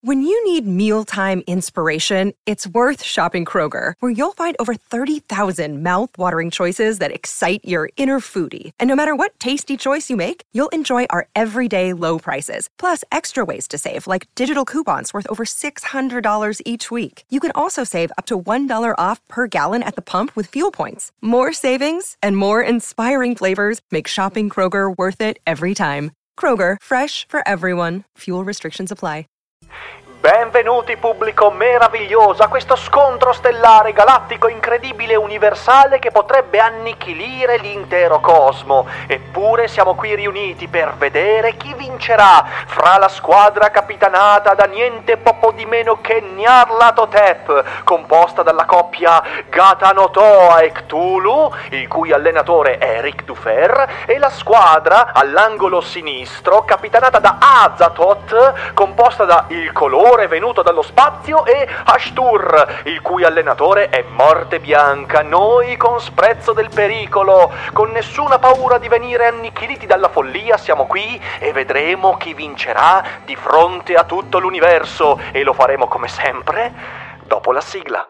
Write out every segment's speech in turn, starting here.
When you need mealtime inspiration, it's worth shopping Kroger, where you'll find over 30,000 mouth-watering choices that excite your inner foodie. And no matter what tasty choice you make, you'll enjoy our everyday low prices, plus extra ways to save, like digital coupons worth over $600 each week. You can also save up to $1 off per gallon at the pump with fuel points. More savings and more inspiring flavors make shopping Kroger worth it every time. Kroger, fresh for everyone. Fuel restrictions apply. Benvenuti pubblico meraviglioso a questo scontro stellare, galattico, incredibile e universale che potrebbe annichilire l'intero cosmo. Eppure siamo qui riuniti per vedere chi vincerà fra la squadra capitanata da niente poco di meno che Nyarlathotep, composta dalla coppia Gatanotoa e Cthulhu, il cui allenatore è Rick Dufer, e la squadra all'angolo sinistro capitanata da Azathoth, composta da Il Colore venuto dallo spazio e Ashtur, il cui allenatore è Morte Bianca. Noi con sprezzo del pericolo, con nessuna paura di venire annichiliti dalla follia, siamo qui e vedremo chi vincerà di fronte a tutto l'universo, e lo faremo come sempre dopo la sigla.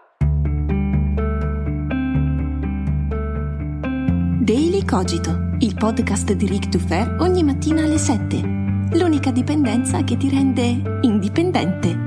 Daily Cogito, il podcast di Rick Dufer ogni mattina alle 7. L'unica dipendenza che ti rende indipendente.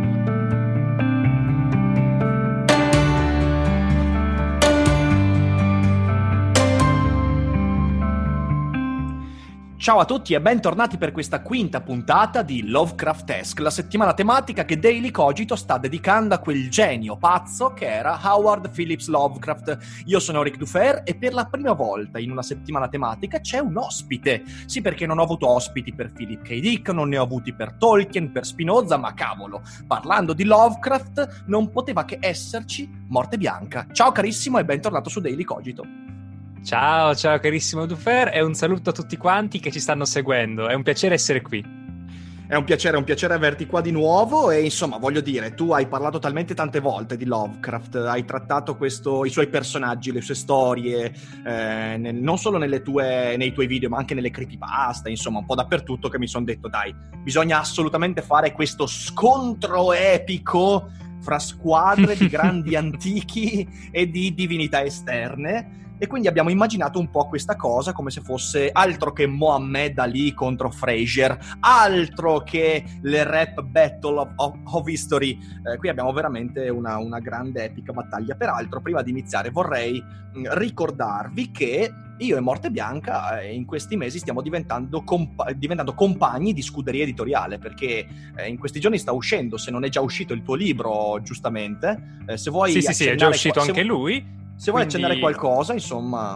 Ciao a tutti e bentornati per questa quinta puntata di Lovecraftesque, la settimana tematica che Daily Cogito sta dedicando a quel genio pazzo che era Howard Phillips Lovecraft. Io sono Rick Dufer e per la prima volta in una settimana tematica c'è un ospite. Sì, perché non ho avuto ospiti per Philip K. Dick, non ne ho avuti per Tolkien, per Spinoza, ma cavolo, parlando di Lovecraft non poteva che esserci Morte Bianca. Ciao carissimo e bentornato su Daily Cogito. Ciao carissimo Dufer e un saluto a tutti quanti che ci stanno seguendo. È un piacere essere qui. È un piacere averti qua di nuovo e insomma voglio dire, tu hai parlato talmente tante volte di Lovecraft, hai trattato i suoi personaggi, le sue storie, non solo nei tuoi video ma anche nelle creepypasta, insomma un po' dappertutto, che mi sono detto dai, bisogna assolutamente fare questo scontro epico fra squadre di grandi antichi e di divinità esterne. E quindi abbiamo immaginato un po' questa cosa come se fosse altro che Muhammad Ali contro Frazier, altro che le rap battle of history. Qui abbiamo veramente una grande epica battaglia. Peraltro, prima di iniziare vorrei ricordarvi che io e Morte Bianca in questi mesi stiamo diventando compagni di scuderia editoriale, perché in questi giorni sta uscendo, se non è già uscito, il tuo libro, giustamente. Se vuoi Sì, è già uscito anche lui. Se vuoi accennare qualcosa, insomma...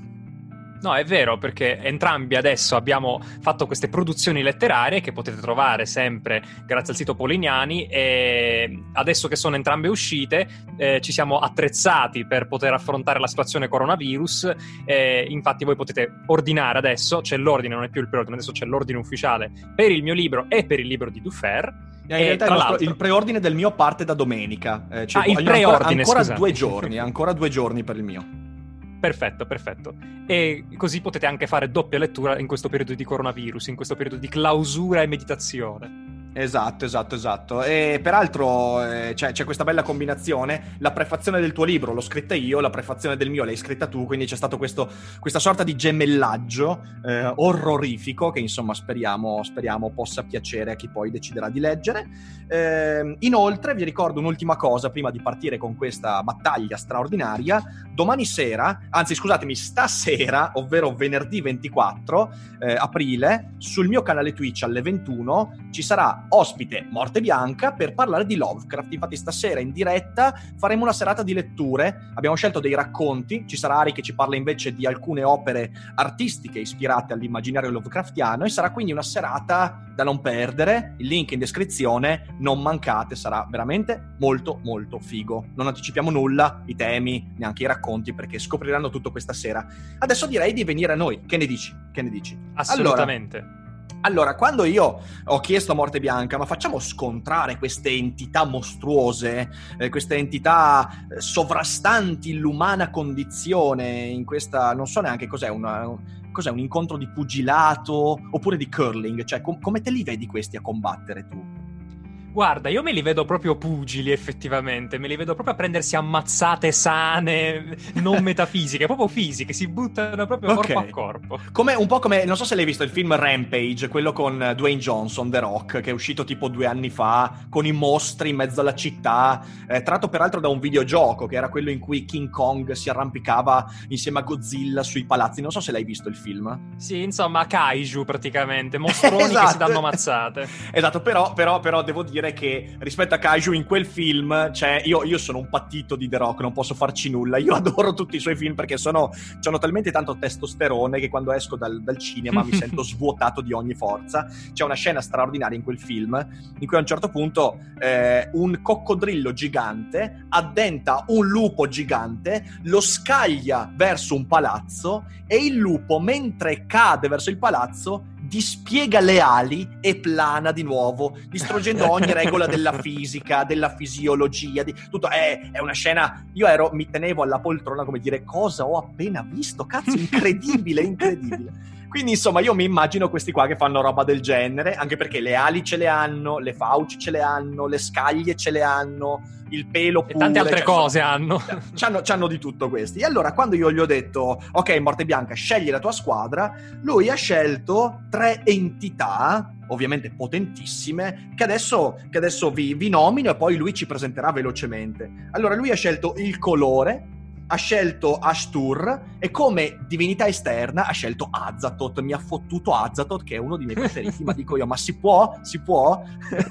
No, è vero, perché entrambi adesso abbiamo fatto queste produzioni letterarie che potete trovare sempre grazie al sito Polignani, e adesso che sono entrambe uscite ci siamo attrezzati per poter affrontare la situazione coronavirus. Infatti voi potete ordinare adesso, c'è l'ordine, non è più il preordine, adesso c'è l'ordine ufficiale per il mio libro e per il libro di Dufer. In realtà il preordine del mio parte da domenica. Il preordine, ancora 2 giorni per il mio. Perfetto. E così potete anche fare doppia lettura in questo periodo di coronavirus, in questo periodo di clausura e meditazione. Esatto. E peraltro c'è questa bella combinazione. La prefazione del tuo libro l'ho scritta io, la prefazione del mio l'hai scritta tu, quindi c'è stato questa sorta di gemellaggio orrorifico che insomma speriamo possa piacere a chi poi deciderà di leggere. Inoltre vi ricordo un'ultima cosa prima di partire con questa battaglia straordinaria. Stasera, ovvero venerdì 24 aprile, sul mio canale Twitch alle 21 ci sarà ospite Morte Bianca per parlare di Lovecraft. Infatti stasera in diretta faremo una serata di letture, abbiamo scelto dei racconti, ci sarà Ari che ci parla invece di alcune opere artistiche ispirate all'immaginario Lovecraftiano, e sarà quindi una serata da non perdere. Il link in descrizione, non mancate, sarà veramente molto molto figo. Non anticipiamo nulla, i temi, neanche i racconti, perché scopriranno tutto questa sera. Adesso direi di venire a noi, che ne dici? Assolutamente. Allora, quando io ho chiesto a Morte Bianca, ma facciamo scontrare queste entità mostruose, queste entità sovrastanti l'umana condizione in questa, non so neanche cos'è un incontro di pugilato oppure di curling, cioè come te li vedi questi a combattere tu? Guarda, io me li vedo proprio pugili, effettivamente. Me li vedo proprio a prendersi ammazzate sane, non metafisiche, proprio fisiche. Si buttano proprio corpo a corpo. Un po' come, non so se l'hai visto, il film Rampage, quello con Dwayne Johnson, The Rock, che è uscito tipo 2 anni fa, con i mostri in mezzo alla città, tratto peraltro da un videogioco, che era quello in cui King Kong si arrampicava insieme a Godzilla sui palazzi. Non so se l'hai visto il film. Sì, insomma, kaiju praticamente, mostroni Esatto. che si danno mazzate. Esatto, però devo dire che rispetto a Kaiju in quel film, cioè io sono un patito di The Rock, non posso farci nulla. Io adoro tutti i suoi film perché c'hanno talmente tanto testosterone che quando esco dal cinema mi sento svuotato di ogni forza. C'è una scena straordinaria in quel film in cui a un certo punto un coccodrillo gigante addenta un lupo gigante, lo scaglia verso un palazzo e il lupo, mentre cade verso il palazzo, dispiega le ali e plana di nuovo, distruggendo ogni regola della fisica, della fisiologia, di tutto. È una scena. Io mi tenevo alla poltrona come dire: cosa ho appena visto? Cazzo, incredibile, incredibile. Quindi insomma io mi immagino questi qua che fanno roba del genere, anche perché le ali ce le hanno, le fauci ce le hanno, le scaglie ce le hanno, il pelo pure, e tante altre cose hanno. C'hanno di tutto questi. E allora quando io gli ho detto: ok, Morte Bianca, scegli la tua squadra, lui ha scelto 3 entità, ovviamente potentissime, che adesso vi nomino e poi lui ci presenterà velocemente. Allora lui ha scelto il colore, ha scelto Ashtur e come divinità esterna ha scelto Azathoth. Mi ha fottuto Azathoth, che è uno dei miei preferiti, ma dico io, ma si può? Si può?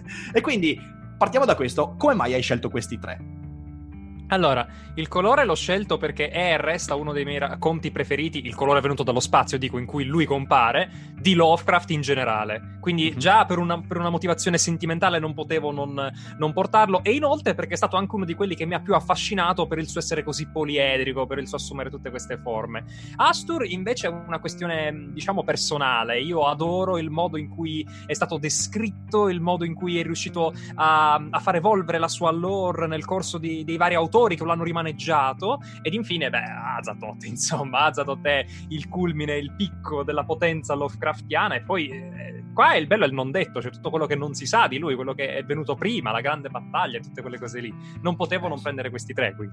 E quindi partiamo da questo. Come mai hai scelto questi 3? Allora, il colore l'ho scelto perché è e resta uno dei miei racconti preferiti, il colore venuto dallo spazio, dico, in cui lui compare, di Lovecraft in generale. Quindi già per una motivazione sentimentale non potevo non portarlo, e inoltre perché è stato anche uno di quelli che mi ha più affascinato per il suo essere così poliedrico, per il suo assumere tutte queste forme. Astur invece è una questione, diciamo, personale. Io adoro il modo in cui è stato descritto, il modo in cui è riuscito a far evolvere la sua lore nel corso dei vari autori che l'hanno rimaneggiato. Ed infine, Azathoth, insomma, Azathoth è il culmine, il picco della potenza Lovecraftiana. E poi qua è il bello e il non detto, cioè tutto quello che non si sa di lui, quello che è venuto prima, la grande battaglia, tutte quelle cose lì. Non potevo non prendere questi 3 qui.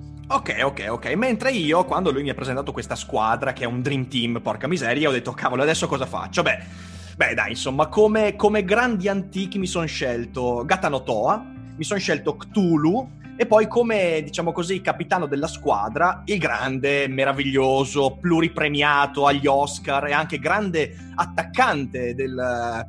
Ok. Mentre io, quando lui mi ha presentato questa squadra, che è un dream team, porca miseria, ho detto: cavolo, adesso cosa faccio? Beh, dai, insomma, come grandi antichi mi sono scelto Gatanotoa, mi sono scelto Cthulhu, e poi come, diciamo così, capitano della squadra, il grande, meraviglioso, pluripremiato agli Oscar e anche grande attaccante del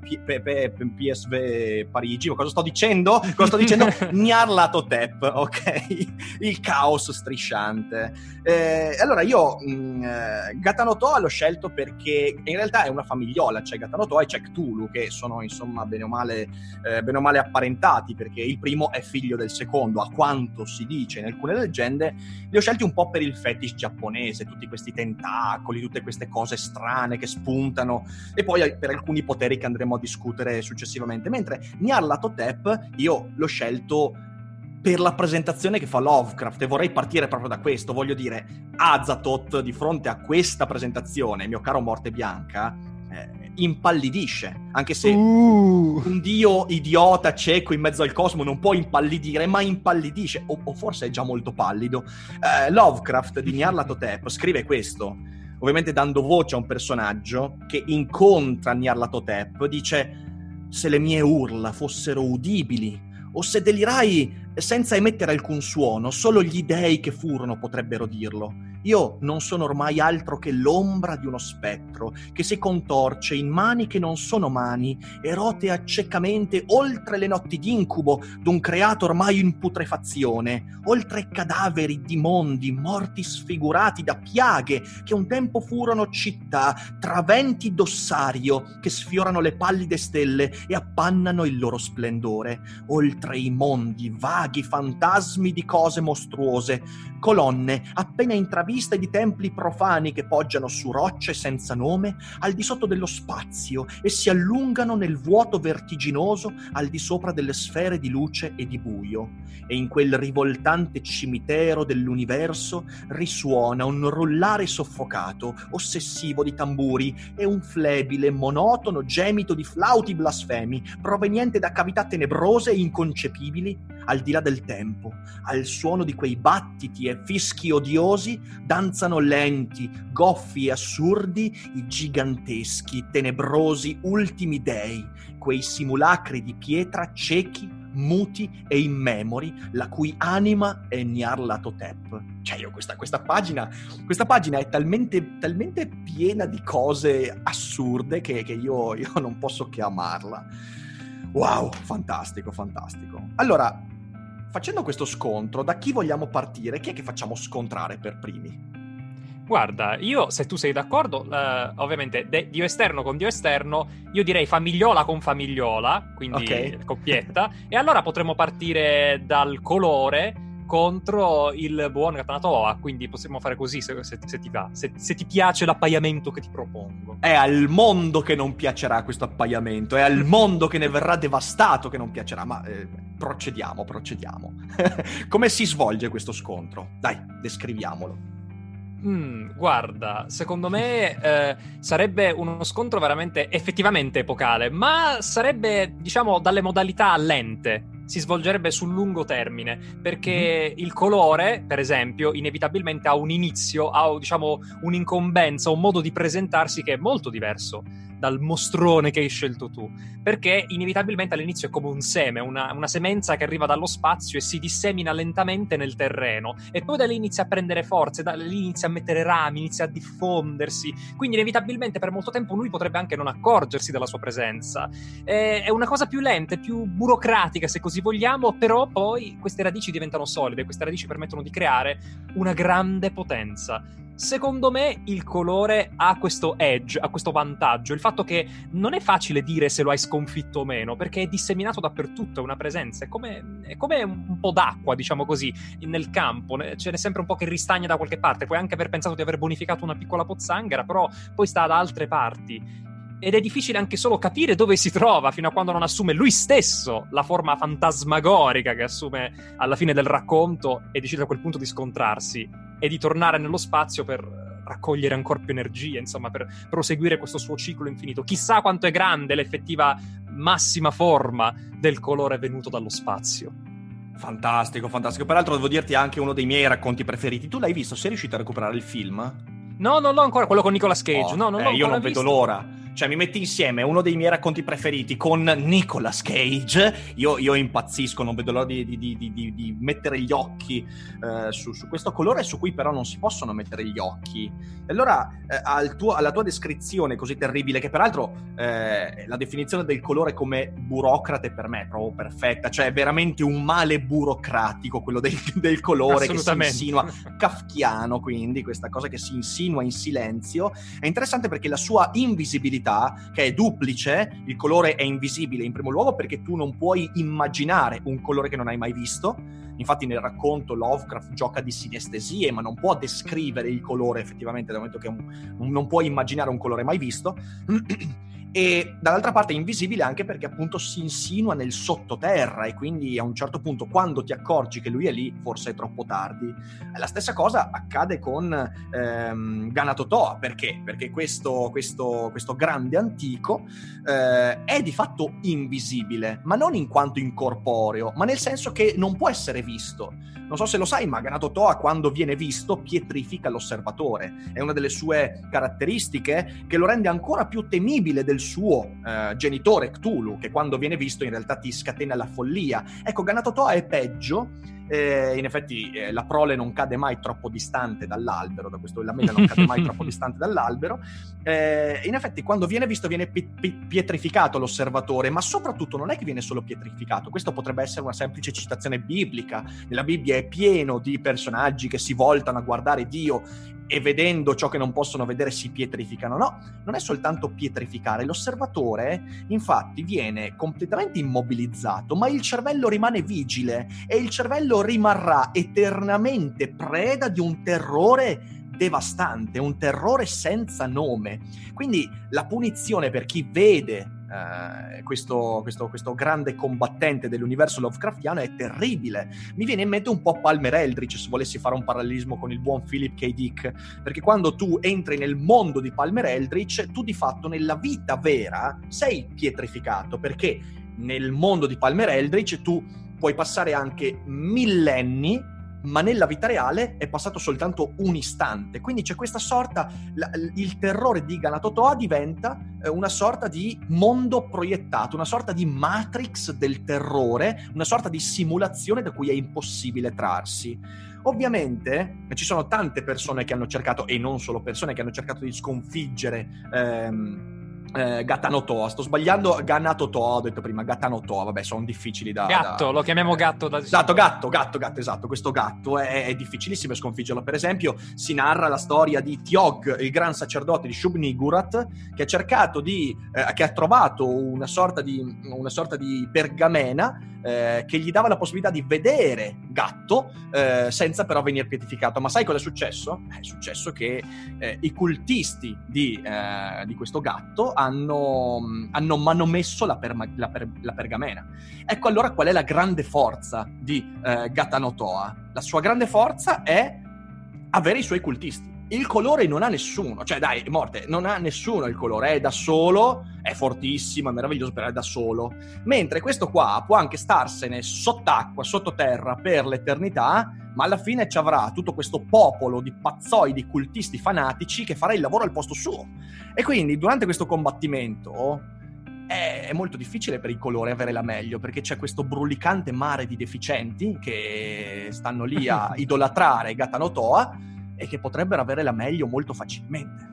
PSV Parigi. Cosa sto dicendo? Nyarlathotep, ok? Il caos strisciante. Allora io Gatanotoa l'ho scelto perché in realtà è una famigliola. C'è Gatanotoa e c'è Cthulhu, che sono insomma bene o male apparentati, perché il primo è figlio del secondo, a quanto si dice in alcune leggende. Li ho scelti un po' per il fetish giapponese, tutti questi tentacoli, tutte queste cose strane che spuntano, e poi per alcuni poteri che andremo a discutere successivamente. Mentre Nyarlathotep io l'ho scelto per la presentazione che fa Lovecraft, e vorrei partire proprio da questo. Voglio dire, Azathoth di fronte a questa presentazione, mio caro Morte Bianca, impallidisce, anche se un dio idiota cieco in mezzo al cosmo non può impallidire, ma impallidisce, o forse è già molto pallido. Lovecraft di Nyarlathotep scrive questo, ovviamente dando voce a un personaggio che incontra Nyarlathotep. Dice: se le mie urla fossero udibili, o se delirai senza emettere alcun suono, solo gli dei che furono potrebbero dirlo. Io non sono ormai altro che l'ombra di uno spettro che si contorce in mani che non sono mani e rotea ciecamente oltre le notti d'incubo d'un creato ormai in putrefazione, oltre cadaveri di mondi morti sfigurati da piaghe che un tempo furono città, tra venti d'ossario che sfiorano le pallide stelle e appannano il loro splendore, oltre i mondi vaghi fantasmi di cose mostruose, colonne appena intraviste lista di templi profani che poggiano su rocce senza nome al di sotto dello spazio e si allungano nel vuoto vertiginoso al di sopra delle sfere di luce e di buio. E in quel rivoltante cimitero dell'universo risuona un rullare soffocato, ossessivo di tamburi e un flebile, monotono gemito di flauti blasfemi proveniente da cavità tenebrose e inconcepibili al di là del tempo. Al suono di quei battiti e fischi odiosi danzano lenti, goffi e assurdi i giganteschi, tenebrosi ultimi dei, quei simulacri di pietra ciechi, muti e immemori, la cui anima è Nyarlathotep. Cioè io questa pagina è talmente piena di cose assurde che io non posso che amarla. Wow, fantastico. Allora, facendo questo scontro, da chi vogliamo partire? Chi è che facciamo scontrare per primi? Guarda, io, se tu sei d'accordo, ovviamente Dio esterno con Dio esterno, io direi famigliola con famigliola, quindi coppietta, e allora potremmo partire dal colore contro il buon Katana Toa, quindi possiamo fare così se ti va, se ti piace l'appaiamento che ti propongo. È al mondo che non piacerà questo appaiamento, è al mondo che ne verrà devastato che non piacerà, ma procediamo. Come si svolge questo scontro? Dai, descriviamolo. Guarda, secondo me sarebbe uno scontro veramente effettivamente epocale, ma sarebbe, diciamo, dalle modalità lente. Si svolgerebbe sul lungo termine, perché il colore, per esempio, inevitabilmente ha un inizio, ha, diciamo, un'incombenza, un modo di presentarsi che è molto diverso dal mostrone che hai scelto tu, perché inevitabilmente all'inizio è come un seme, una semenza che arriva dallo spazio e si dissemina lentamente nel terreno, e poi da lì inizia a prendere forze, da lì inizia a mettere rami, inizia a diffondersi, quindi inevitabilmente per molto tempo lui potrebbe anche non accorgersi della sua presenza. È una cosa più lenta, più burocratica se così vogliamo, però poi queste radici diventano solide, queste radici permettono di creare una grande potenza. Secondo me il colore ha questo edge, ha questo vantaggio, il fatto che non è facile dire se lo hai sconfitto o meno, perché è disseminato dappertutto, è una presenza, è come un po' d'acqua, diciamo così, nel campo, ce n'è sempre un po' che ristagna da qualche parte, puoi anche aver pensato di aver bonificato una piccola pozzanghera, però poi sta da altre parti. Ed è difficile anche solo capire dove si trova fino a quando non assume lui stesso la forma fantasmagorica che assume alla fine del racconto e decide a quel punto di scontrarsi e di tornare nello spazio per raccogliere ancora più energia, insomma, per proseguire questo suo ciclo infinito. Chissà quanto è grande l'effettiva massima forma del colore venuto dallo spazio. Fantastico. Peraltro devo dirti anche uno dei miei racconti preferiti. Tu l'hai visto? Sei riuscito a recuperare il film? No, non l'ho ancora, quello con Nicolas Cage. No, non l'ho io non visto. vedo l'ora. Cioè, mi metti insieme uno dei miei racconti preferiti con Nicolas Cage. Io impazzisco, non vedo l'ora di mettere gli occhi su questo colore su cui però non si possono mettere gli occhi. E allora, alla tua descrizione così terribile, che peraltro la definizione del colore come burocrate per me è proprio perfetta. Cioè, è veramente un male burocratico quello del colore che si insinua, kafkiano, quindi questa cosa che si insinua in silenzio. È interessante perché la sua invisibilità, che è duplice, il colore è invisibile in primo luogo perché tu non puoi immaginare un colore che non hai mai visto. Infatti nel racconto Lovecraft gioca di sinestesie, ma non può descrivere il colore effettivamente dal momento che non puoi immaginare un colore mai visto. E dall'altra parte è invisibile anche perché appunto si insinua nel sottoterra e quindi a un certo punto quando ti accorgi che lui è lì forse è troppo tardi. La stessa cosa accade con Ganato Toa. Perché? Perché questo grande antico è di fatto invisibile, ma non in quanto incorporeo, ma nel senso che non può essere visto. Non so se lo sai, ma Ganato Toa quando viene visto pietrifica l'osservatore. È una delle sue caratteristiche che lo rende ancora più temibile del suo genitore Cthulhu, che quando viene visto in realtà ti scatena la follia. Ecco, Ganato Toa è peggio. In effetti la prole non cade mai troppo distante dall'albero, la mela non cade mai troppo distante dall'albero. In effetti quando viene visto viene pietrificato l'osservatore, ma soprattutto non è che viene solo pietrificato. Questo potrebbe essere una semplice citazione biblica. Nella Bibbia è pieno di personaggi che si voltano a guardare Dio e vedendo ciò che non possono vedere si pietrificano. No, non è soltanto pietrificare. L'osservatore infatti viene completamente immobilizzato, ma il cervello rimane vigile e il cervello rimarrà eternamente preda di un terrore devastante, un terrore senza nome. Quindi la punizione per chi vede questo grande combattente dell'universo Lovecraftiano è terribile. Mi viene in mente un po' Palmer Eldritch, se volessi fare un parallelismo con il buon Philip K. Dick, perché quando tu entri nel mondo di Palmer Eldritch, tu di fatto nella vita vera sei pietrificato, perché nel mondo di Palmer Eldritch tu puoi passare anche millenni, ma nella vita reale è passato soltanto un istante. Quindi c'è questa sorta, il terrore di Ganatotoa diventa una sorta di mondo proiettato, una sorta di Matrix del terrore, una sorta di simulazione da cui è impossibile trarsi. Ovviamente ci sono tante persone che hanno cercato, e non solo persone, che hanno cercato di sconfiggere Gatanotoa. Sto sbagliando, Ganatotoa, ho detto prima, Gatanotoa, vabbè, sono difficili lo chiamiamo gatto da... Esatto, esatto, questo gatto è difficilissimo sconfiggerlo. Per esempio si narra la storia di Tiog, il gran sacerdote di Shub-Niggurath, che ha cercato che ha trovato una sorta di pergamena che gli dava la possibilità di vedere Gatto senza però venire pietrificato. Ma sai cosa è successo? È successo che i cultisti di questo gatto hanno manomesso la pergamena. Ecco allora qual è la grande forza di Gatanotoa. La sua grande forza è avere i suoi cultisti. Il colore non ha nessuno, cioè dai, morte, non ha nessuno il colore, è da solo, è fortissimo, è meraviglioso, però è da solo. Mentre questo qua può anche starsene sott'acqua, sottoterra per l'eternità, ma alla fine ci avrà tutto questo popolo di pazzoidi, cultisti fanatici che farà il lavoro al posto suo. E quindi durante questo combattimento è molto difficile per il colore avere la meglio, perché c'è questo brulicante mare di deficienti che stanno lì a idolatrare Gatanotoa e che potrebbero avere la meglio molto facilmente.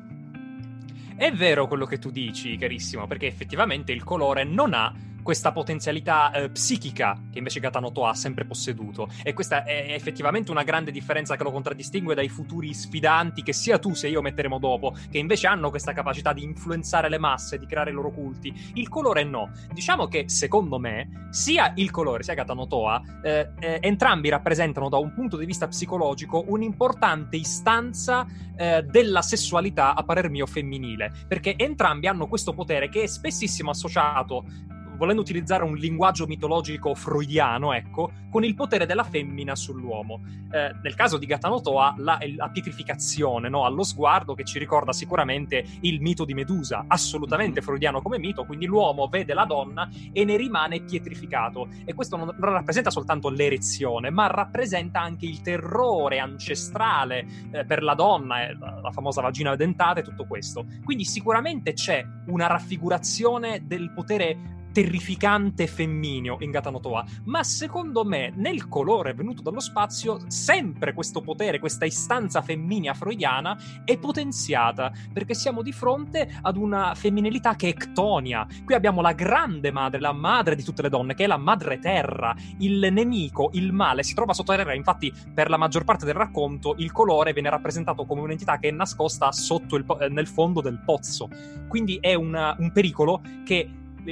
È vero quello che tu dici, carissimo, perché effettivamente il colore non ha questa potenzialità psichica che invece Gatanotoa ha sempre posseduto, e questa è effettivamente una grande differenza che lo contraddistingue dai futuri sfidanti che sia tu sia io metteremo dopo, che invece hanno questa capacità di influenzare le masse, di creare i loro culti. Il colore no. Diciamo che secondo me sia il colore sia Gatanotoa entrambi rappresentano da un punto di vista psicologico un'importante istanza della sessualità, a parer mio, femminile, perché entrambi hanno questo potere che è spessissimo associato, volendo utilizzare un linguaggio mitologico freudiano, ecco, con il potere della femmina sull'uomo. Nel caso di Gatanotoa, la pietrificazione, no? Allo sguardo, che ci ricorda sicuramente il mito di Medusa, assolutamente freudiano come mito, quindi l'uomo vede la donna e ne rimane pietrificato. E questo non rappresenta soltanto l'erezione, ma rappresenta anche il terrore ancestrale per la donna, la famosa vagina dentata e tutto questo. Quindi sicuramente c'è una raffigurazione del potere terrificante femmineo in Gatanotoa, ma secondo me nel colore venuto dallo spazio sempre questo potere, questa istanza femminea freudiana è potenziata, perché siamo di fronte ad una femminilità che è ctonia. Qui abbiamo la grande madre, la madre di tutte le donne, che è la madre terra. Il nemico, il male, si trova sottoterra. Infatti per la maggior parte del racconto il colore viene rappresentato come un'entità che è nascosta sotto nel fondo del pozzo, quindi è un pericolo che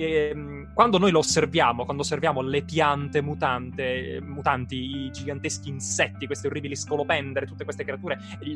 quando noi lo osserviamo, quando osserviamo le piante mutanti, i giganteschi insetti, questi orribili scolopendere, tutte queste creature,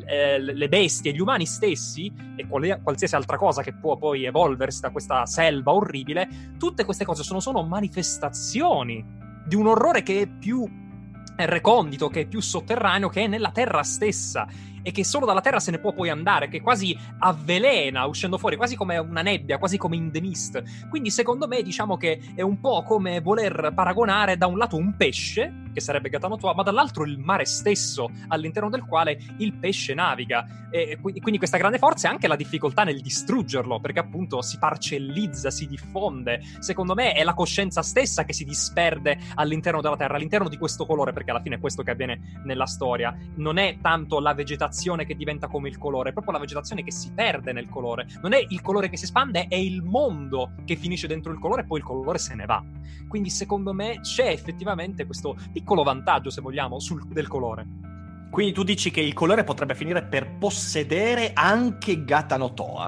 le bestie, gli umani stessi e qualsiasi altra cosa che può poi evolversi da questa selva orribile, tutte queste cose sono manifestazioni di un orrore che è più recondito, che è più sotterraneo, che è nella terra stessa, e che solo dalla terra se ne può poi andare, che quasi avvelena uscendo fuori, quasi come una nebbia, quasi come in The Mist. Quindi secondo me diciamo che è un po' come voler paragonare da un lato un pesce, che sarebbe Gatanotoa, ma dall'altro il mare stesso, all'interno del quale il pesce naviga. E quindi questa grande forza è anche la difficoltà nel distruggerlo, perché appunto si parcellizza, si diffonde. Secondo me è la coscienza stessa che si disperde all'interno della terra, all'interno di questo colore, perché alla fine è questo che avviene nella storia. Non è tanto la vegetazione che diventa come il colore, è proprio la vegetazione che si perde nel colore. Non è il colore che si espande, è il mondo che finisce dentro il colore e poi il colore se ne va. Quindi secondo me c'è effettivamente questo piccolo vantaggio, se vogliamo, del colore. Quindi tu dici che il colore potrebbe finire per possedere anche Gatanotoa.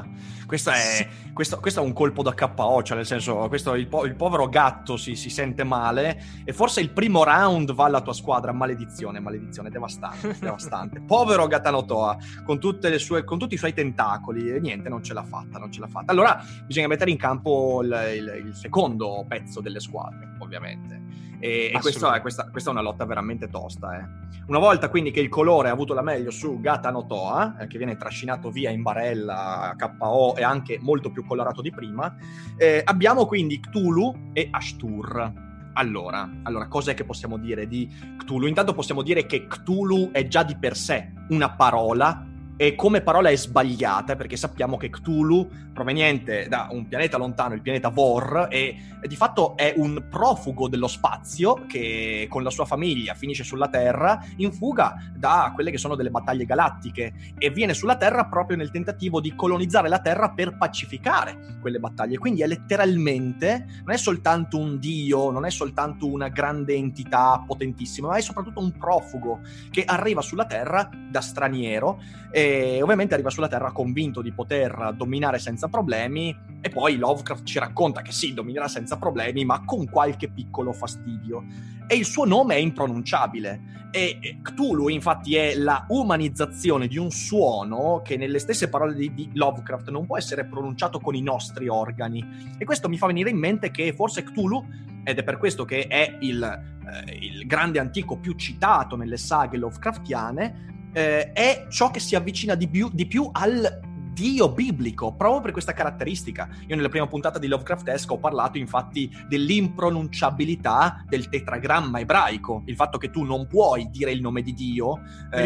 Questo è un colpo da KO, cioè nel senso, il povero gatto si sente male e forse il primo round va alla tua squadra. Maledizione, devastante. Povero Gatanotoa, con tutti i suoi tentacoli, e niente, non ce l'ha fatta. Allora bisogna mettere in campo il secondo pezzo delle squadre, ovviamente. E questa è una lotta veramente tosta. Una volta quindi che il colore ha avuto la meglio su Gatanotoa, che viene trascinato via in barella KO e anche molto più colorato di prima, abbiamo quindi Cthulhu e Ashtur. Allora, cos'è che possiamo dire di Cthulhu? Intanto possiamo dire che Cthulhu è già di per sé una parola, e come parola è sbagliata, perché sappiamo che Cthulhu, proveniente da un pianeta lontano, il pianeta Vor, e di fatto è un profugo dello spazio che con la sua famiglia finisce sulla Terra in fuga da quelle che sono delle battaglie galattiche, e viene sulla Terra proprio nel tentativo di colonizzare la Terra per pacificare quelle battaglie. Quindi è letteralmente, non è soltanto un dio, non è soltanto una grande entità potentissima, ma è soprattutto un profugo che arriva sulla Terra da straniero, e ovviamente arriva sulla Terra convinto di poter dominare senza problemi, e poi Lovecraft ci racconta che sì, dominerà senza problemi, ma con qualche piccolo fastidio. E il suo nome è impronunciabile, e Cthulhu infatti è la umanizzazione di un suono che nelle stesse parole di Lovecraft non può essere pronunciato con i nostri organi. E questo mi fa venire in mente che forse Cthulhu, ed è per questo che è il grande antico più citato nelle saghe Lovecraftiane, è ciò che si avvicina di più al dio biblico, proprio per questa caratteristica. Io nella prima puntata di Lovecraftesque ho parlato infatti dell'impronunciabilità del tetragramma ebraico, il fatto che tu non puoi dire il nome di Dio,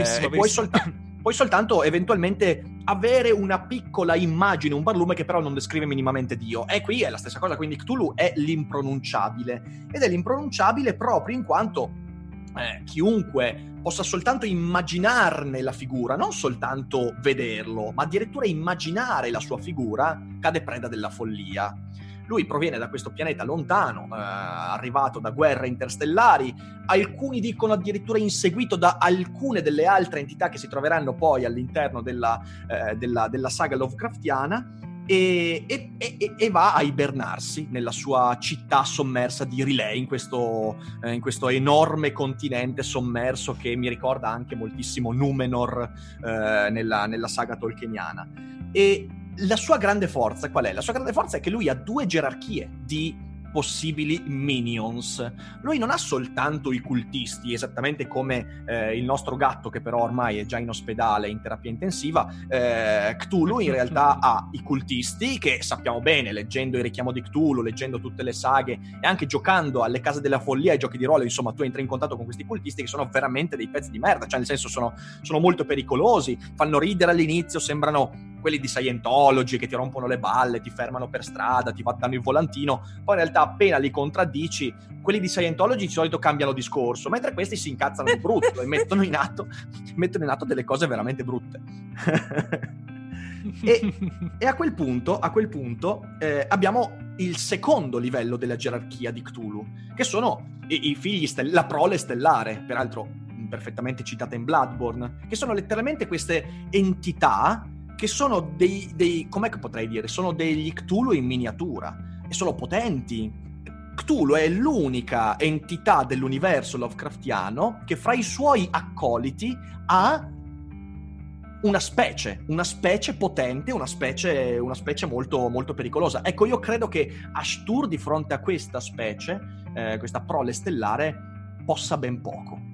puoi soltanto eventualmente avere una piccola immagine, un barlume che però non descrive minimamente Dio. E qui è la stessa cosa, quindi Cthulhu è l'impronunciabile, ed è l'impronunciabile proprio in quanto chiunque possa soltanto immaginarne la figura, non soltanto vederlo, ma addirittura immaginare la sua figura, cade preda della follia. Lui proviene da questo pianeta lontano, arrivato da guerre interstellari, alcuni dicono addirittura inseguito da alcune delle altre entità che si troveranno poi all'interno della saga Lovecraftiana, e va a ibernarsi nella sua città sommersa di Riley, in questo enorme continente sommerso che mi ricorda anche moltissimo Numenor nella saga tolkieniana. E la sua grande forza qual è? La sua grande forza è che lui ha due gerarchie di possibili minions. Lui non ha soltanto i cultisti, esattamente come il nostro gatto, che però ormai è già in ospedale in terapia intensiva. Cthulhu in realtà ha i cultisti, che sappiamo bene, leggendo il richiamo di Cthulhu, leggendo tutte le saghe e anche giocando alle case della follia, ai giochi di ruolo, insomma tu entri in contatto con questi cultisti che sono veramente dei pezzi di merda, cioè nel senso sono molto pericolosi, fanno ridere all'inizio, sembrano quelli di Scientology che ti rompono le balle, ti fermano per strada, ti danno il volantino, poi in realtà appena li contraddici, quelli di Scientology di solito cambiano discorso, mentre questi si incazzano di brutto e mettono in atto delle cose veramente brutte. e a quel punto abbiamo il secondo livello della gerarchia di Cthulhu, che sono i figli la prole stellare, peraltro perfettamente citata in Bloodborne, che sono letteralmente queste entità che sono dei com'è che potrei dire? Sono degli Cthulhu in miniatura, e sono potenti. Cthulhu è l'unica entità dell'universo Lovecraftiano che fra i suoi accoliti ha una specie potente, una specie molto, molto pericolosa. Ecco, io credo che Ashtur di fronte a questa specie, questa prole stellare, possa ben poco.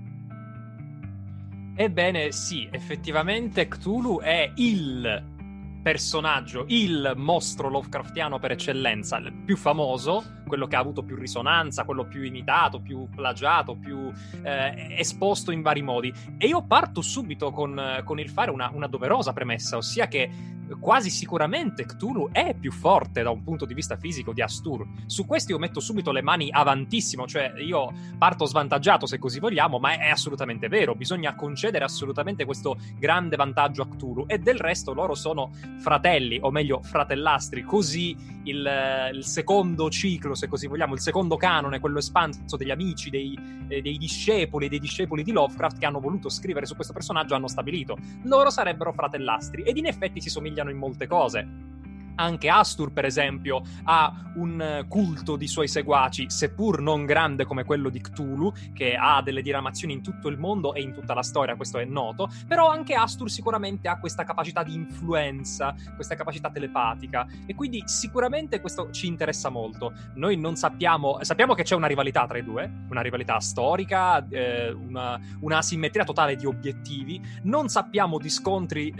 Ebbene sì, effettivamente Cthulhu è il personaggio, il mostro Lovecraftiano per eccellenza, il più famoso, quello che ha avuto più risonanza, quello più imitato, più plagiato, più esposto in vari modi. E io parto subito con il fare una doverosa premessa, ossia che quasi sicuramente Cthulhu è più forte da un punto di vista fisico di Ashtur. Su questo io metto subito le mani avantissimo, cioè io parto svantaggiato se così vogliamo, ma è assolutamente vero, bisogna concedere assolutamente questo grande vantaggio a Cthulhu, e del resto loro sono fratelli, o meglio fratellastri, così il secondo ciclo, se così vogliamo, il secondo canone, quello espanso degli amici, dei discepoli di Lovecraft che hanno voluto scrivere su questo personaggio hanno stabilito. Loro sarebbero fratellastri ed in effetti si somigliano in molte cose. Anche Astur, per esempio, ha un culto di suoi seguaci, seppur non grande come quello di Cthulhu, che ha delle diramazioni in tutto il mondo e in tutta la storia, questo è noto, però anche Astur sicuramente ha questa capacità di influenza, questa capacità telepatica, e quindi sicuramente questo ci interessa molto. Noi non sappiamo che c'è una rivalità tra i due, una rivalità storica, una asimmetria totale di obiettivi, non sappiamo di scontri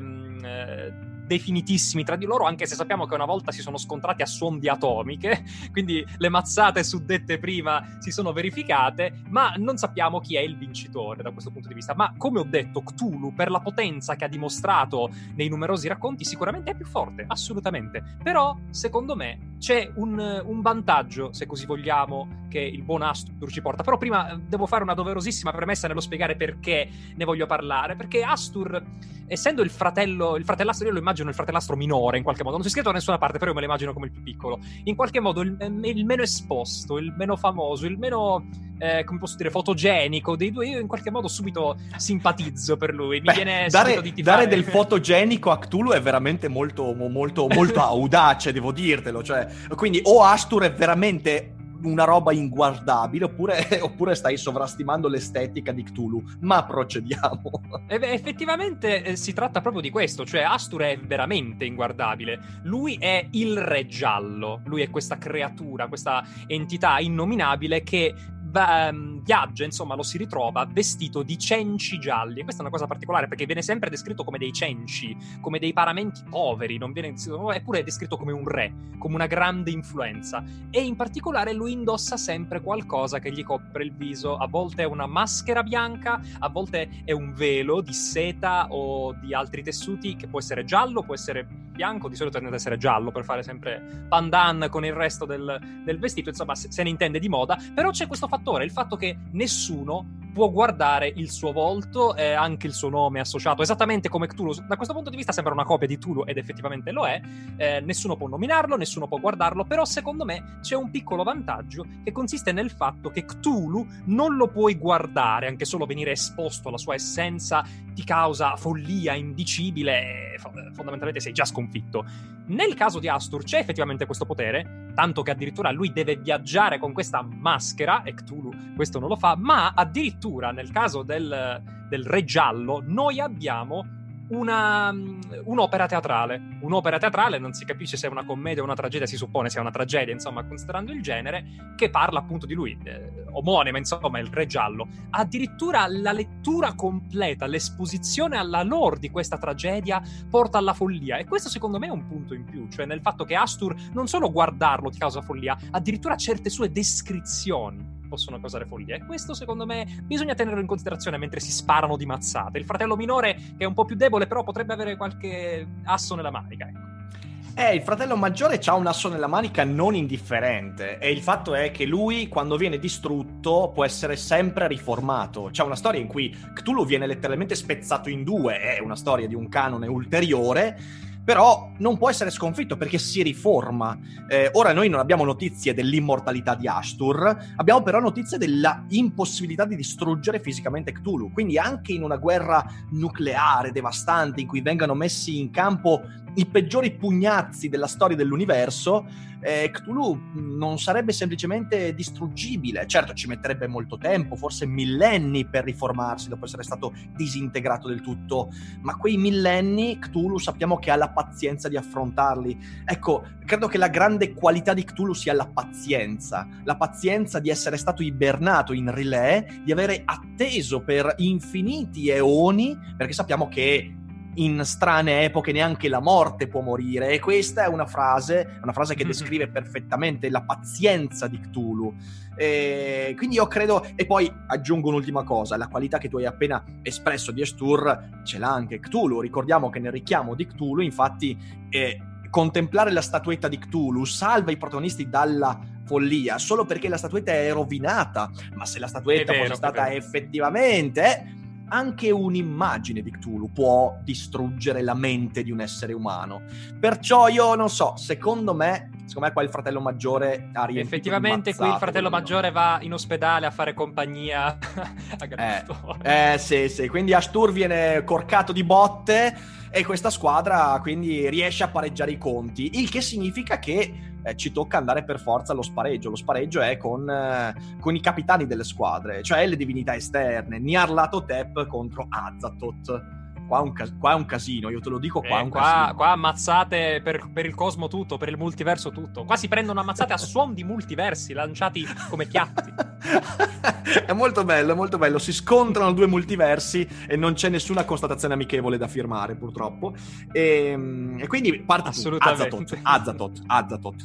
definitissimi tra di loro, anche se sappiamo che una volta si sono scontrati a suon di atomiche, quindi le mazzate suddette prima si sono verificate, ma non sappiamo chi è il vincitore da questo punto di vista. Ma come ho detto, Cthulhu, per la potenza che ha dimostrato nei numerosi racconti, sicuramente è più forte, assolutamente. Però, secondo me, c'è un vantaggio, se così vogliamo, che il buon Astur ci porta. Però prima devo fare una doverosissima premessa nello spiegare perché ne voglio parlare, perché Astur, essendo il fratellastro, io lo immagino il fratellastro minore in qualche modo, non c'è scritto da nessuna parte, però io me lo immagino come il più piccolo, in qualche modo il meno esposto, il meno famoso, il meno come posso dire, fotogenico dei due. Io in qualche modo subito simpatizzo per lui. Mi viene subito di tifare. Dare del fotogenico a Cthulhu è veramente molto molto molto audace, devo dirtelo, cioè, quindi o Astur è veramente una roba inguardabile, oppure stai sovrastimando l'estetica di Cthulhu, ma procediamo. Effettivamente si tratta proprio di questo, cioè Astur è veramente inguardabile. Lui è il re giallo, lui è questa creatura, questa entità innominabile che viaggia, insomma, lo si ritrova vestito di cenci gialli, e questa è una cosa particolare perché viene sempre descritto come dei cenci, come dei paramenti poveri, non viene, eppure è descritto come un re, come una grande influenza, e in particolare lui indossa sempre qualcosa che gli copre il viso. A volte è una maschera bianca, a volte è un velo di seta o di altri tessuti che può essere giallo, può essere bianco, di solito tende ad essere giallo per fare sempre pandan con il resto del vestito, insomma se ne intende di moda. Però c'è questo fattore, il fatto che nessuno può guardare il suo volto, anche il suo nome associato, esattamente come Cthulhu. Da questo punto di vista sembra una copia di Cthulhu, ed effettivamente lo è. Nessuno può nominarlo, nessuno può guardarlo, però secondo me c'è un piccolo vantaggio che consiste nel fatto che Cthulhu non lo puoi guardare, anche solo venire esposto alla sua essenza ti causa follia indicibile e fondamentalmente sei già sconfitto. Nel caso di Astur c'è effettivamente questo potere, tanto che addirittura lui deve viaggiare con questa maschera, e Cthulhu questo non lo fa, ma addirittura nel caso del Re Giallo noi abbiamo un'opera teatrale. Un'opera teatrale, non si capisce se è una commedia o una tragedia, si suppone sia una tragedia, insomma, considerando il genere, che parla appunto di lui, omonima, insomma, il Re Giallo. Addirittura la lettura completa, l'esposizione alla lore di questa tragedia porta alla follia, e questo secondo me è un punto in più, cioè nel fatto che Astur non solo guardarlo ti causa follia, addirittura certe sue descrizioni possono causare follia, e questo secondo me bisogna tenerlo in considerazione mentre si sparano di mazzate. Il fratello minore, che è un po' più debole, però potrebbe avere qualche asso nella manica, ecco. Il fratello maggiore c'ha un asso nella manica non indifferente, e il fatto è che lui, quando viene distrutto, può essere sempre riformato. C'è una storia in cui Cthulhu viene letteralmente spezzato in due, è una storia di un canone ulteriore, però non può essere sconfitto perché si riforma. Ora noi non abbiamo notizie dell'immortalità di Astur, abbiamo però notizie della impossibilità di distruggere fisicamente Cthulhu. Quindi anche in una guerra nucleare devastante in cui vengano messi in campo i peggiori pugnazzi della storia dell'universo, Cthulhu non sarebbe semplicemente distruggibile. Certo, ci metterebbe molto tempo, forse millenni, per riformarsi dopo essere stato disintegrato del tutto, ma quei millenni Cthulhu sappiamo che ha la pazienza di affrontarli. Ecco, credo che la grande qualità di Cthulhu sia la pazienza di essere stato ibernato in relè, di avere atteso per infiniti eoni, perché sappiamo che in strane epoche neanche la morte può morire, e questa è una frase che descrive perfettamente la pazienza di Cthulhu. Quindi io credo, e poi aggiungo un'ultima cosa, la qualità che tu hai appena espresso di Astur ce l'ha anche Cthulhu. Ricordiamo che nel richiamo di Cthulhu, infatti, contemplare la statuetta di Cthulhu salva i protagonisti dalla follia solo perché la statuetta è rovinata, ma se la statuetta fosse stata effettivamente anche un'immagine di Cthulhu può distruggere la mente di un essere umano. Perciò io non so, secondo me qua il fratello maggiore ha riempito. Effettivamente qui il fratello maggiore va in ospedale a fare compagnia a Galatore. Sì, quindi Astur viene corcato di botte, e questa squadra quindi riesce a pareggiare i conti, il che significa che ci tocca andare per forza allo spareggio. Lo spareggio è con i capitani delle squadre, cioè le divinità esterne. Nyarlathotep contro Azathoth. Qua è un casino, io te lo dico, qua è un casino. Qua ammazzate per il cosmo tutto, per il multiverso tutto. Qua si prendono ammazzate a suon di multiversi lanciati come piatti. È molto bello, è molto bello. Si scontrano due multiversi e non c'è nessuna constatazione amichevole da firmare, purtroppo. E quindi parte assolutamente. Azathoth.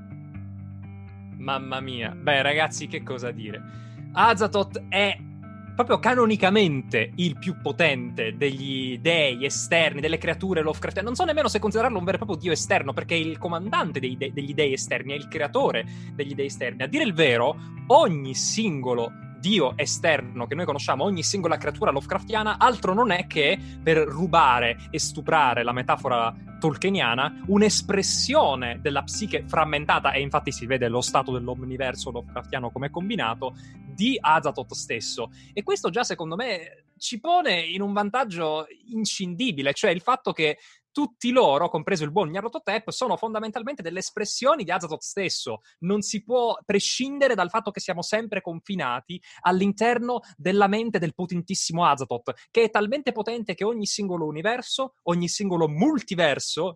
Mamma mia. Beh, ragazzi, che cosa dire? Azathoth è proprio canonicamente il più potente degli dei esterni, delle creature Lovecraft. Non so nemmeno se considerarlo un vero e proprio dio esterno, perché è il comandante degli dei esterni, è il creatore degli dei esterni. A dire il vero, ogni singolo dio esterno che noi conosciamo, ogni singola creatura Lovecraftiana, altro non è che, per rubare e stuprare la metafora tolkieniana, un'espressione della psiche frammentata, e infatti si vede lo stato dell'omniverso Lovecraftiano come combinato, di Azathoth stesso. E questo già, secondo me, ci pone in un vantaggio inscindibile, cioè il fatto che tutti loro, compreso il buon Nyarlathotep, sono fondamentalmente delle espressioni di Azathoth stesso. Non si può prescindere dal fatto che siamo sempre confinati all'interno della mente del potentissimo Azathoth, che è talmente potente che ogni singolo universo, ogni singolo multiverso,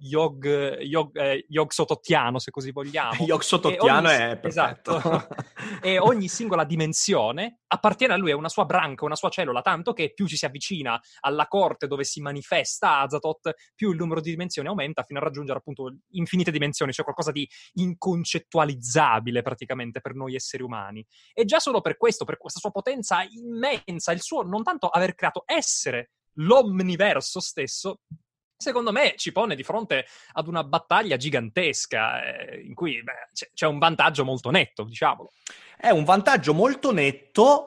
Yog-Sothotiano, se così vogliamo. Yog-Sothotiano è perfetto. Esatto. E ogni singola dimensione appartiene a lui, è una sua branca, una sua cellula, tanto che più ci si avvicina alla corte dove si manifesta Azathoth, più il numero di dimensioni aumenta fino a raggiungere appunto infinite dimensioni, cioè qualcosa di inconcettualizzabile praticamente per noi esseri umani. E già solo per questo, per questa sua potenza immensa, il suo non tanto aver creato, essere l'omniverso stesso, secondo me ci pone di fronte ad una battaglia gigantesca in cui c'è un vantaggio molto netto, diciamolo. È un vantaggio molto netto,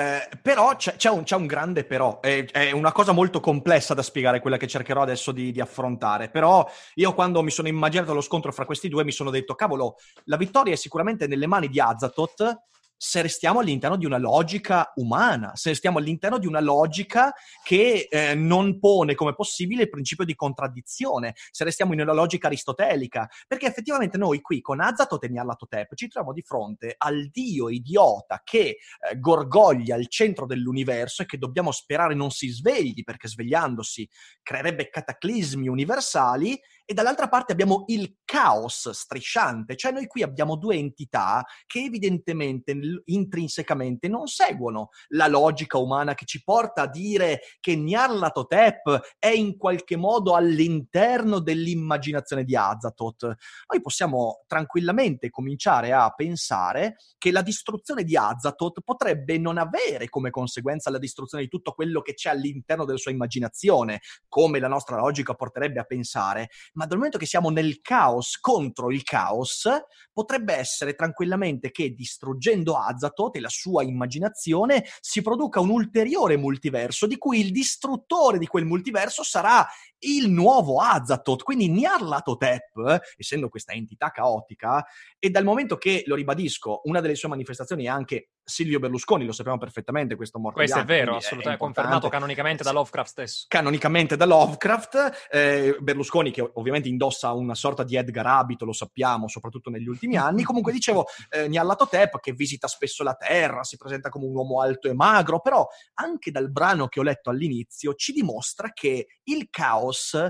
però c'è un grande però. È una cosa molto complessa da spiegare, quella che cercherò adesso di affrontare. Però io, quando mi sono immaginato lo scontro fra questi due, mi sono detto, cavolo, la vittoria è sicuramente nelle mani di Azathoth, se restiamo all'interno di una logica umana, se restiamo all'interno di una logica che non pone come possibile il principio di contraddizione, se restiamo in una logica aristotelica, perché effettivamente noi qui con Azathoth e Nyarlathotep ci troviamo di fronte al dio idiota che gorgoglia al centro dell'universo e che dobbiamo sperare non si svegli, perché svegliandosi creerebbe cataclismi universali, e dall'altra parte abbiamo il caos strisciante, cioè noi qui abbiamo due entità che evidentemente intrinsecamente non seguono la logica umana che ci porta a dire che Nyarlathotep è in qualche modo all'interno dell'immaginazione di Azathoth. Noi possiamo tranquillamente cominciare a pensare che la distruzione di Azathoth potrebbe non avere come conseguenza la distruzione di tutto quello che c'è all'interno della sua immaginazione, come la nostra logica porterebbe a pensare, ma dal momento che siamo nel caos contro il caos, potrebbe essere tranquillamente che distruggendo Azathoth e la sua immaginazione si produca un ulteriore multiverso di cui il distruttore di quel multiverso sarà il nuovo Azathoth, quindi Nyarlathotep, essendo questa entità caotica, e dal momento che, lo ribadisco, una delle sue manifestazioni è anche Silvio Berlusconi, lo sappiamo perfettamente, questo morto Questo bianco, è vero, assolutamente, confermato canonicamente da Lovecraft stesso. Canonicamente da Lovecraft, Berlusconi che ovviamente indossa una sorta di Edgar abito, lo sappiamo, soprattutto negli ultimi anni. Comunque dicevo, Nyarlathotep che visita spesso la Terra, si presenta come un uomo alto e magro, però anche dal brano che ho letto all'inizio ci dimostra che il caos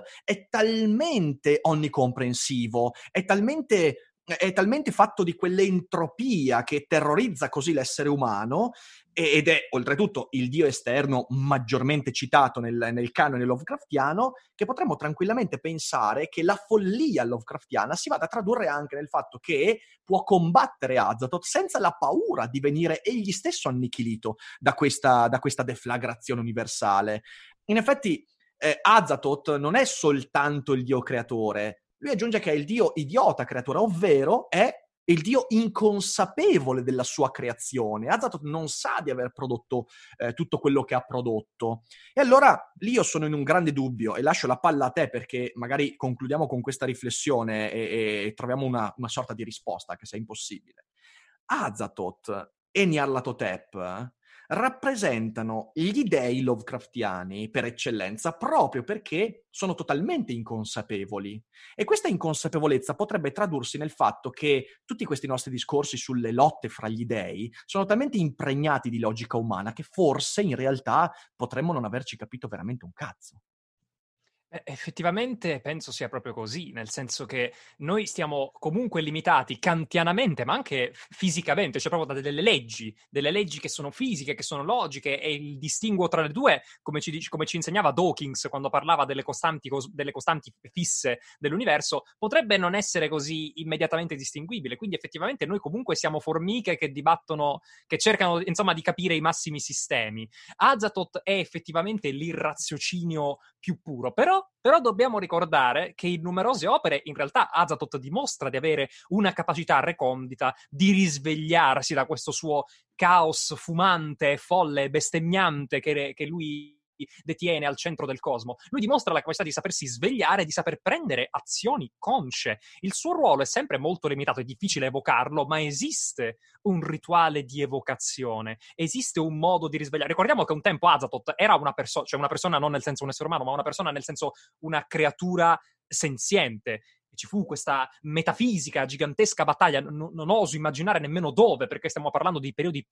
è talmente onnicomprensivo, è talmente fatto di quell'entropia che terrorizza così l'essere umano, ed è oltretutto il dio esterno maggiormente citato nel canone Lovecraftiano, che potremmo tranquillamente pensare che la follia Lovecraftiana si vada a tradurre anche nel fatto che può combattere Azathoth senza la paura di venire egli stesso annichilito da questa deflagrazione universale. In effetti Azathoth non è soltanto il dio creatore, lui aggiunge che è il dio idiota creatore, ovvero è il dio inconsapevole della sua creazione. Azathoth non sa di aver prodotto tutto quello che ha prodotto. E allora lì io sono in un grande dubbio e lascio la palla a te, perché magari concludiamo con questa riflessione e troviamo una sorta di risposta, che sia impossibile. Azathoth e Nyarlathotep rappresentano gli dei Lovecraftiani per eccellenza proprio perché sono totalmente inconsapevoli. E questa inconsapevolezza potrebbe tradursi nel fatto che tutti questi nostri discorsi sulle lotte fra gli dei sono talmente impregnati di logica umana che forse in realtà potremmo non averci capito veramente un cazzo. Effettivamente penso sia proprio così, nel senso che noi stiamo comunque limitati kantianamente, ma anche fisicamente, cioè proprio da delle leggi che sono fisiche, che sono logiche, e il distinguo tra le due, come ci insegnava Dawkins quando parlava delle costanti fisse dell'universo, potrebbe non essere così immediatamente distinguibile. Quindi effettivamente noi comunque siamo formiche che dibattono, che cercano insomma di capire i massimi sistemi. Azathoth è effettivamente l'irraziocinio più puro, però dobbiamo ricordare che in numerose opere in realtà Azathoth dimostra di avere una capacità recondita di risvegliarsi da questo suo caos fumante, folle, bestemmiante che lui detiene al centro del cosmo. Lui dimostra la capacità di sapersi svegliare, di saper prendere azioni consce. Il suo ruolo è sempre molto limitato, è difficile evocarlo, ma esiste un rituale di evocazione, esiste un modo di risvegliare. Ricordiamo che un tempo Azathoth era una persona, cioè una persona non nel senso un essere umano, ma una persona nel senso una creatura senziente. Ci fu questa metafisica, gigantesca battaglia, non oso immaginare nemmeno dove, perché stiamo parlando di periodi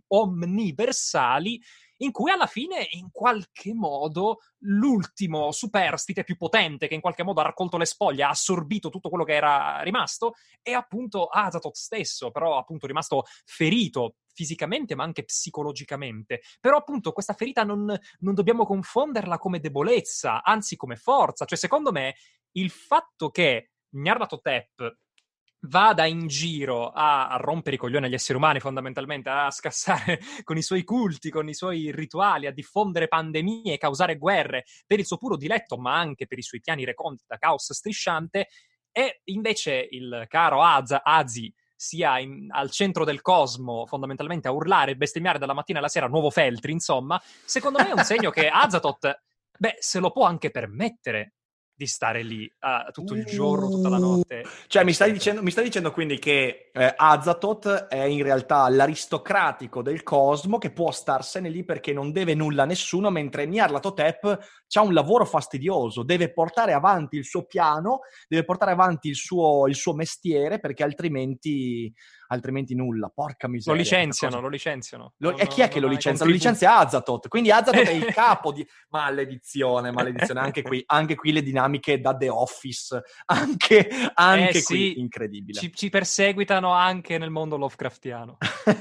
pre-omniversali, in cui alla fine, in qualche modo, l'ultimo superstite più potente, che in qualche modo ha raccolto le spoglie, ha assorbito tutto quello che era rimasto, è appunto Azathoth stesso, però appunto rimasto ferito fisicamente ma anche psicologicamente. Però appunto questa ferita non dobbiamo confonderla come debolezza, anzi come forza. Cioè secondo me il fatto che Nyarlathotep vada in giro a rompere i coglioni agli esseri umani, fondamentalmente, a scassare con i suoi culti, con i suoi rituali, a diffondere pandemie, causare guerre per il suo puro diletto, ma anche per i suoi piani reconditi da caos strisciante, e invece il caro Azi sia al centro del cosmo, fondamentalmente a urlare e bestemmiare dalla mattina alla sera, nuovo Feltri, insomma, secondo me è un segno che Azathoth, se lo può anche permettere di stare lì tutto il giorno, tutta la notte. Cioè mi stai dicendo quindi che Azathoth è in realtà l'aristocratico del cosmo che può starsene lì perché non deve nulla a nessuno, mentre Nyarlathotep c'ha un lavoro fastidioso, deve portare avanti il suo piano, deve portare avanti il suo mestiere, perché altrimenti nulla. Porca miseria. Lo licenziano. E chi è che lo licenzia? Lo licenzia Azathoth. Quindi Azathoth è il capo di... Maledizione. Anche qui le dinamiche da The Office. Anche qui, sì, incredibile. Ci perseguitano anche nel mondo Lovecraftiano.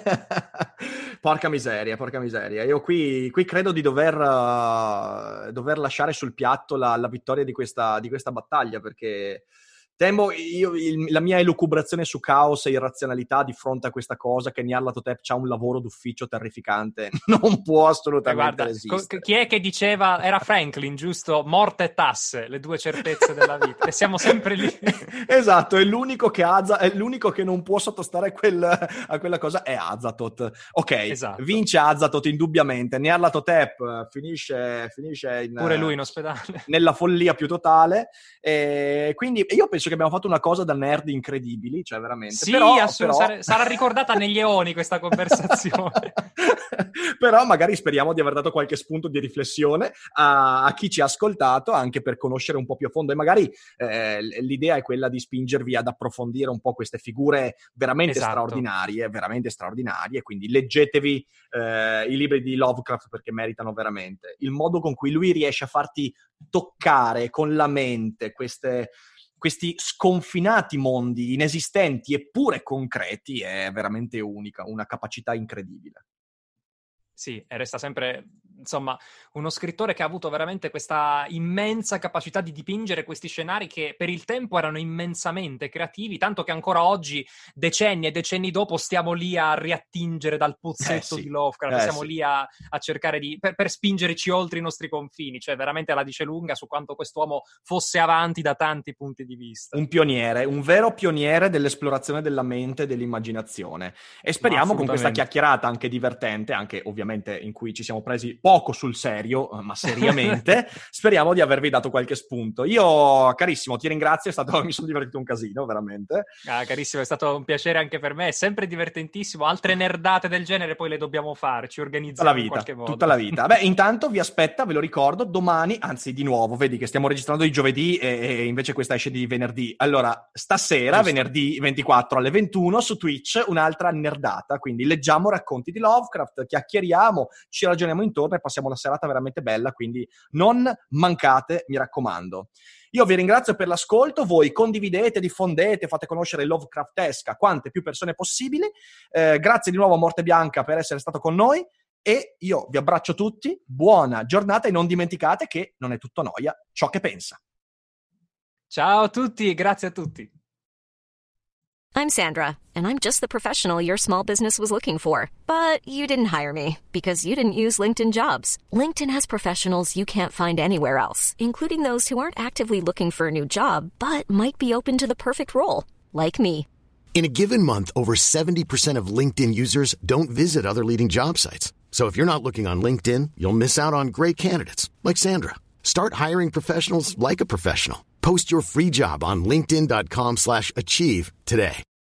Porca miseria. Io qui credo di dover lasciare sul piatto la vittoria di questa battaglia, perché... temo la mia elucubrazione su caos e irrazionalità di fronte a questa cosa, che Nyarlathotep c'ha un lavoro d'ufficio terrificante, non può assolutamente resistere. Chi è che diceva, era Franklin, giusto? Morte e tasse, le due certezze della vita, e siamo sempre lì. Esatto, è l'unico che non può sottostare a quella cosa è Azathoth. Ok, esatto. Vince Azathoth indubbiamente, Nyarlathotep finisce pure lui in ospedale, nella follia più totale, quindi io penso che abbiamo fatto una cosa da nerd incredibili, cioè veramente. Sì, sarà ricordata negli eoni questa conversazione. Però magari speriamo di aver dato qualche spunto di riflessione a chi ci ha ascoltato, anche per conoscere un po' più a fondo, e magari l'idea è quella di spingervi ad approfondire un po' queste figure veramente straordinarie, quindi leggetevi i libri di Lovecraft, perché meritano veramente. Il modo con cui lui riesce a farti toccare con la mente questi sconfinati mondi inesistenti eppure concreti è veramente unica, una capacità incredibile. Sì, e resta sempre, insomma, uno scrittore che ha avuto veramente questa immensa capacità di dipingere questi scenari che per il tempo erano immensamente creativi, tanto che ancora oggi, decenni e decenni dopo, stiamo lì a riattingere dal pozzetto di Lovecraft, stiamo lì a cercare per spingerci oltre i nostri confini, cioè veramente la dice lunga su quanto quest'uomo fosse avanti da tanti punti di vista. Un pioniere, un vero pioniere dell'esplorazione della mente e dell'immaginazione. E speriamo con questa chiacchierata anche divertente, anche ovviamente in cui ci siamo presi poco sul serio, ma seriamente, speriamo di avervi dato qualche spunto. Io, carissimo, ti ringrazio, mi sono divertito un casino, veramente. Carissimo, è stato un piacere anche per me, è sempre divertentissimo. Altre nerdate del genere poi le dobbiamo fare, ci organizziamo in qualche modo. Tutta la vita. Beh, intanto vi aspetta, ve lo ricordo, domani, anzi di nuovo, vedi che stiamo registrando di giovedì e invece questa esce di venerdì. Allora, stasera, Giusto. Venerdì 24 alle 21, su Twitch, un'altra nerdata. Quindi leggiamo racconti di Lovecraft, chiacchieriamo, ci ragioniamo intorno e passiamo una serata veramente bella, quindi non mancate, mi raccomando. Io vi ringrazio per l'ascolto, voi condividete, diffondete, fate conoscere Lovecraftesca a quante più persone possibili. Grazie di nuovo a Morte Bianca per essere stato con noi e io vi abbraccio tutti, buona giornata e non dimenticate che non è tutto noia ciò che pensa. Ciao a tutti, grazie a tutti. I'm Sandra, and I'm just the professional your small business was looking for. But you didn't hire me because you didn't use LinkedIn Jobs. LinkedIn has professionals you can't find anywhere else, including those who aren't actively looking for a new job, but might be open to the perfect role, like me. In a given month, over 70% of LinkedIn users don't visit other leading job sites. So if you're not looking on LinkedIn, you'll miss out on great candidates, like Sandra. Start hiring professionals like a professional. Post your free job on linkedin.com/achieve today.